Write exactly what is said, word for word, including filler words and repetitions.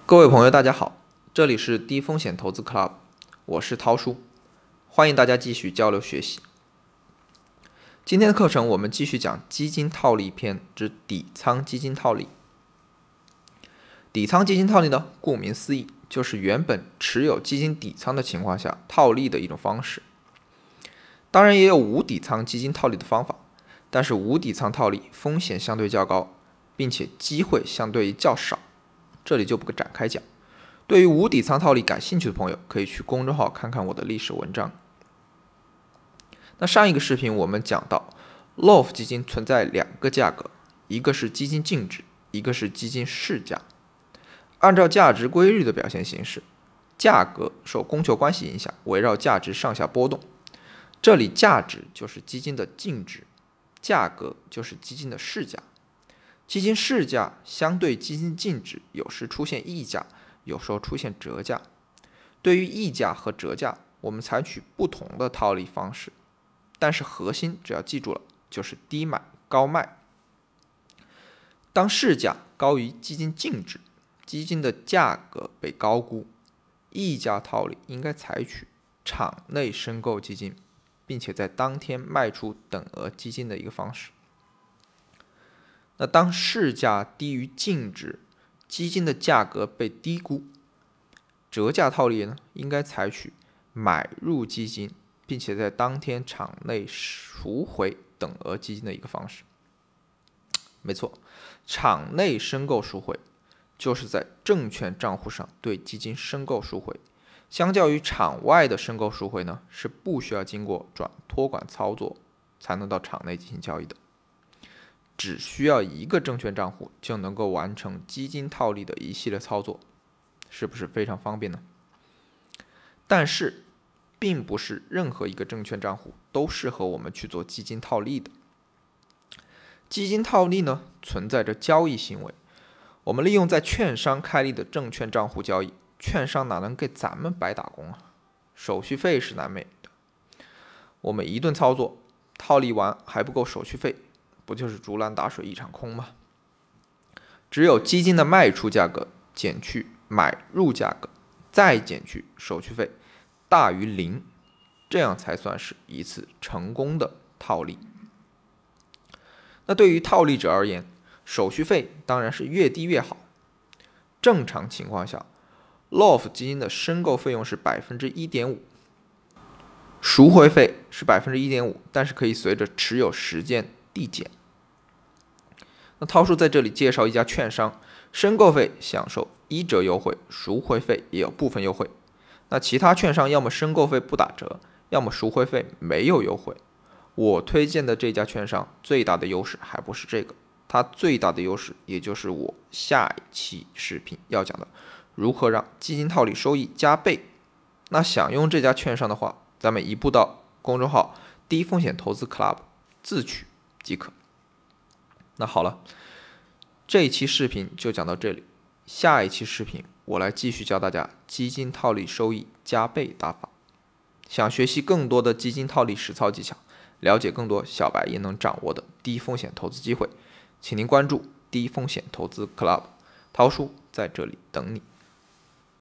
各位朋友，大家好，这里是低风险投资 Club， 我是涛叔，欢迎大家继续交流学习。今天的课程我们继续讲基金套利篇之底仓基金套利。底仓基金套利呢，顾名思义，就是原本持有基金底仓的情况下套利的一种方式。当然也有无底仓基金套利的方法，但是无底仓套利风险相对较高，并且机会相对较少。这里就不展开讲。对于无底仓套利感兴趣的朋友，可以去公众号看看我的历史文章。那上一个视频我们讲到 L O F 基金存在两个价格，一个是基金净值，一个是基金市价。按照价值规律的表现形式，价格受供求关系影响，围绕价值上下波动。这里价值就是基金的净值，价格就是基金的市价。基金市价相对基金净值，有时出现溢价，有时候出现折价。对于溢价和折价，我们采取不同的套利方式，但是核心只要记住了，就是低买高卖。当市价高于基金净值，基金的价格被高估，溢价套利应该采取场内申购基金，并且在当天卖出等额基金的一个方式。那当市价低于净值，基金的价格被低估，折价套利呢，应该采取买入基金，并且在当天场内赎回等额基金的一个方式。没错，场内申购赎回就是在证券账户上对基金申购赎回，相较于场外的申购赎回呢，是不需要经过转托管操作才能到场内进行交易的。只需要一个证券账户就能够完成基金套利的一系列操作，是不是非常方便呢？但是并不是任何一个证券账户都适合我们去做基金套利的。基金套利呢，存在着交易行为，我们利用在券商开立的证券账户交易，券商哪能给咱们白打工啊？手续费是难免的，我们一顿操作套利完还不够手续费，不就是竹篮打水一场空吗？只有基金的卖出价格减去买入价格，再减去手续费，大于零，这样才算是一次成功的套利。那对于套利者而言，手续费当然是越低越好。正常情况下 ，L O F 基金的申购费用是 百分之一点五， 赎回费是 百分之一点五， 但是可以随着持有时间递减。那涛叔在这里介绍一家券商，申购费享受一折优惠，赎回费也有部分优惠。那其他券商要么申购费不打折，要么赎回费没有优惠。我推荐的这家券商最大的优势还不是这个，它最大的优势也就是我下一期视频要讲的如何让基金套利收益加倍。那想用这家券商的话，咱们移步到公众号低风险投资 Club 自取即可。那好了，这一期视频就讲到这里，下一期视频我来继续教大家基金套利收益加倍打法。想学习更多的基金套利实操技巧，了解更多小白也能掌握的低风险投资机会，请您关注低风险投资 Club， 涛叔在这里等你。